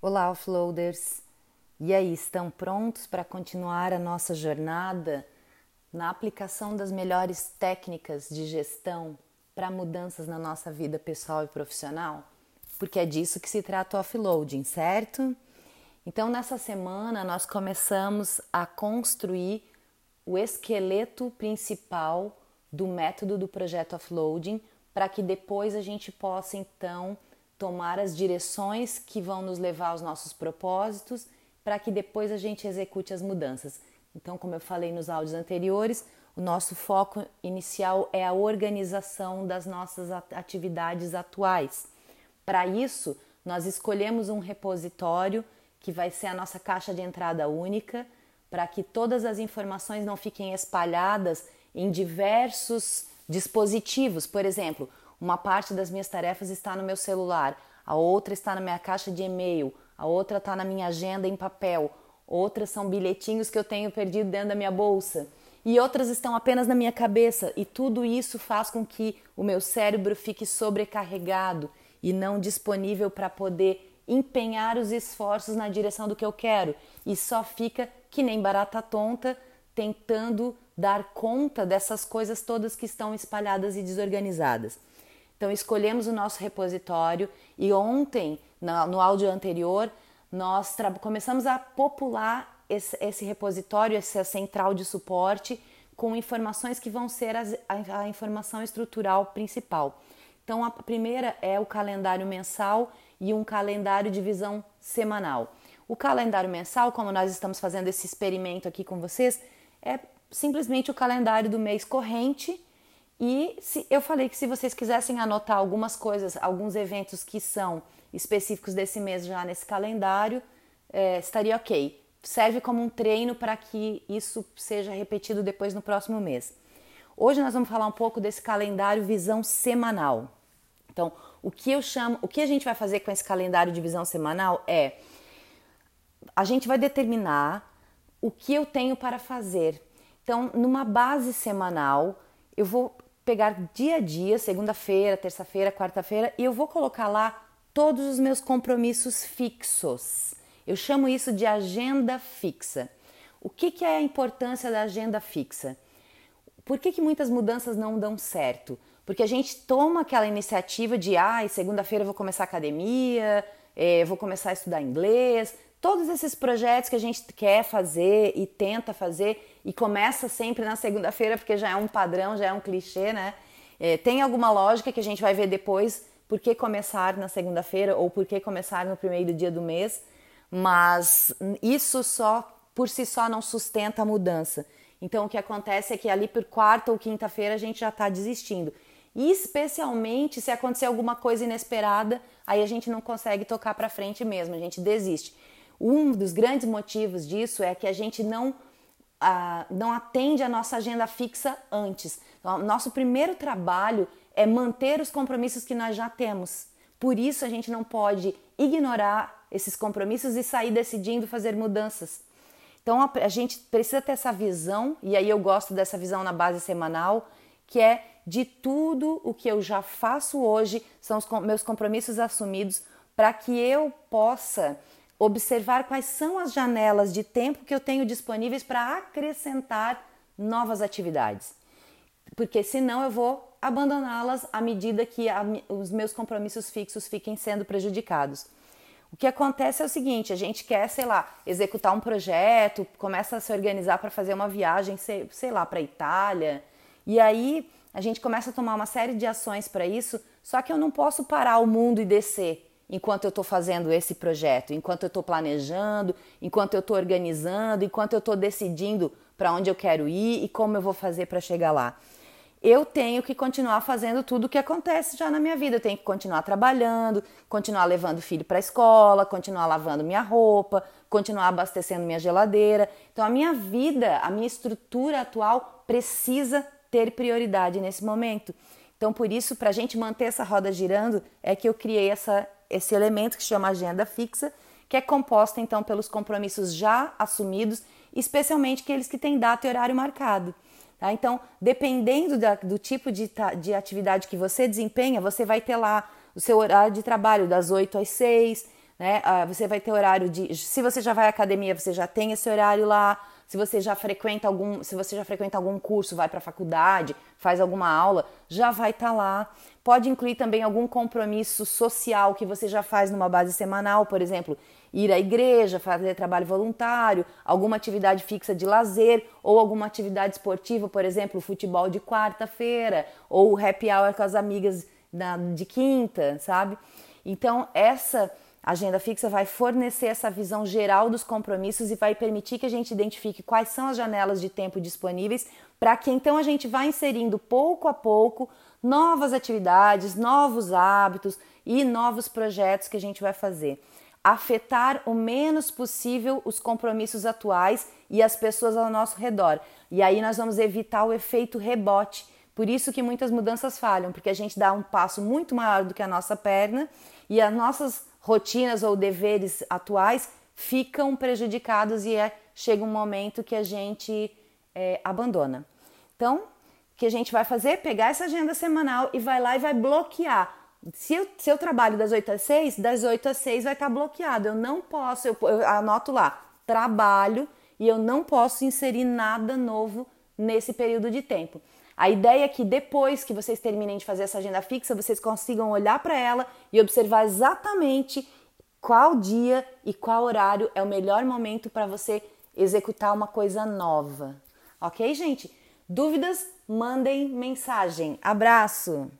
Olá, offloaders! E aí, estão prontos para continuar a nossa jornada na aplicação das melhores técnicas de gestão para mudanças na nossa vida pessoal e profissional? Porque é disso que se trata o offloading, certo? Então, nessa semana, nós começamos a construir o esqueleto principal do método do projeto offloading para que depois a gente possa, então, tomar as direções que vão nos levar aos nossos propósitos, para que depois a gente execute as mudanças. Então, como eu falei nos áudios anteriores, o nosso foco inicial é a organização das nossas atividades atuais. Para isso, nós escolhemos um repositório que vai ser a nossa caixa de entrada única, para que todas as informações não fiquem espalhadas em diversos dispositivos. Por exemplo, uma parte das minhas tarefas está no meu celular, a outra está na minha caixa de e-mail, a outra está na minha agenda em papel, outras são bilhetinhos que eu tenho perdido dentro da minha bolsa e outras estão apenas na minha cabeça, e tudo isso faz com que o meu cérebro fique sobrecarregado e não disponível para poder empenhar os esforços na direção do que eu quero, e só fica que nem barata tonta tentando dar conta dessas coisas todas que estão espalhadas e desorganizadas. Então, escolhemos o nosso repositório e ontem, no áudio anterior, nós começamos a popular esse repositório, essa central de suporte, com informações que vão ser a informação estrutural principal. Então, a primeira é o calendário mensal e um calendário de visão semanal. O calendário mensal, como nós estamos fazendo esse experimento aqui com vocês, é simplesmente o calendário do mês corrente. E eu falei que se vocês quisessem anotar algumas coisas, alguns eventos que são específicos desse mês já nesse calendário, estaria ok. Serve como um treino para que isso seja repetido depois no próximo mês. Hoje nós vamos falar um pouco desse calendário visão semanal. Então, o que a gente vai fazer com esse calendário de visão semanal é, a gente vai determinar o que eu tenho para fazer. Então, numa base semanal, eu vou pegar dia a dia, segunda-feira, terça-feira, quarta-feira, e eu vou colocar lá todos os meus compromissos fixos. Eu chamo isso de agenda fixa. O que é a importância da agenda fixa? Por que muitas mudanças não dão certo? Porque a gente toma aquela iniciativa de segunda-feira eu vou começar a academia, vou começar a estudar inglês, todos esses projetos que a gente quer fazer e tenta fazer e começa sempre na segunda-feira, porque já é um padrão, já é um clichê, né? Tem alguma lógica que a gente vai ver depois, por que começar na segunda-feira ou por que começar no primeiro dia do mês, mas isso por si só não sustenta a mudança. Então o que acontece é que ali por quarta ou quinta-feira a gente já está desistindo. E especialmente se acontecer alguma coisa inesperada, aí a gente não consegue tocar para frente mesmo, a gente desiste. Um dos grandes motivos disso é que a gente não atende a nossa agenda fixa antes. Então, nosso primeiro trabalho é manter os compromissos que nós já temos. Por isso a gente não pode ignorar esses compromissos e sair decidindo fazer mudanças. Então a gente precisa ter essa visão, e aí eu gosto dessa visão na base semanal, que é de tudo o que eu já faço hoje, são os meus compromissos assumidos, para que eu possa observar quais são as janelas de tempo que eu tenho disponíveis para acrescentar novas atividades. Porque senão eu vou abandoná-las à medida que os meus compromissos fixos fiquem sendo prejudicados. O que acontece é o seguinte, a gente quer, executar um projeto, começa a se organizar para fazer uma viagem, para a Itália, e aí a gente começa a tomar uma série de ações para isso, só que eu não posso parar o mundo e descer enquanto eu estou fazendo esse projeto, enquanto eu estou planejando, enquanto eu estou organizando, enquanto eu estou decidindo para onde eu quero ir e como eu vou fazer para chegar lá. Eu tenho que continuar fazendo tudo o que acontece já na minha vida. Eu tenho que continuar trabalhando, continuar levando o filho para a escola, continuar lavando minha roupa, continuar abastecendo minha geladeira. Então a minha vida, a minha estrutura atual precisa ter prioridade nesse momento. Então por isso, para a gente manter essa roda girando, é que eu criei esse elemento que se chama agenda fixa, que é composta então pelos compromissos já assumidos, especialmente aqueles que têm data e horário marcado. Tá? Então, dependendo do tipo de atividade que você desempenha, você vai ter lá o seu horário de trabalho das 8 às 6, né? Você vai ter horário de... Se você já vai à academia, você já tem esse horário lá. Se você já frequenta algum curso, vai para a faculdade, faz alguma aula, já vai estar lá. Pode incluir também algum compromisso social que você já faz numa base semanal, por exemplo, ir à igreja, fazer trabalho voluntário, alguma atividade fixa de lazer ou alguma atividade esportiva, por exemplo, futebol de quarta-feira ou happy hour com as amigas de quinta, sabe? Então, essa agenda fixa vai fornecer essa visão geral dos compromissos e vai permitir que a gente identifique quais são as janelas de tempo disponíveis para que então a gente vá inserindo pouco a pouco novas atividades, novos hábitos e novos projetos que a gente vai fazer. Afetar o menos possível os compromissos atuais e as pessoas ao nosso redor. E aí nós vamos evitar o efeito rebote. Por isso que muitas mudanças falham, porque a gente dá um passo muito maior do que a nossa perna e as nossas rotinas ou deveres atuais ficam prejudicados e chega um momento que a gente abandona. Então, o que a gente vai fazer? Pegar essa agenda semanal e vai lá e vai bloquear. Se eu trabalho das 8 às 6, das 8 às 6 vai estar bloqueado. Eu não posso, eu anoto lá, trabalho e eu não posso inserir nada novo nesse período de tempo. A ideia é que depois que vocês terminem de fazer essa agenda fixa, vocês consigam olhar para ela e observar exatamente qual dia e qual horário é o melhor momento para você executar uma coisa nova. Ok, gente? Dúvidas? Mandem mensagem. Abraço!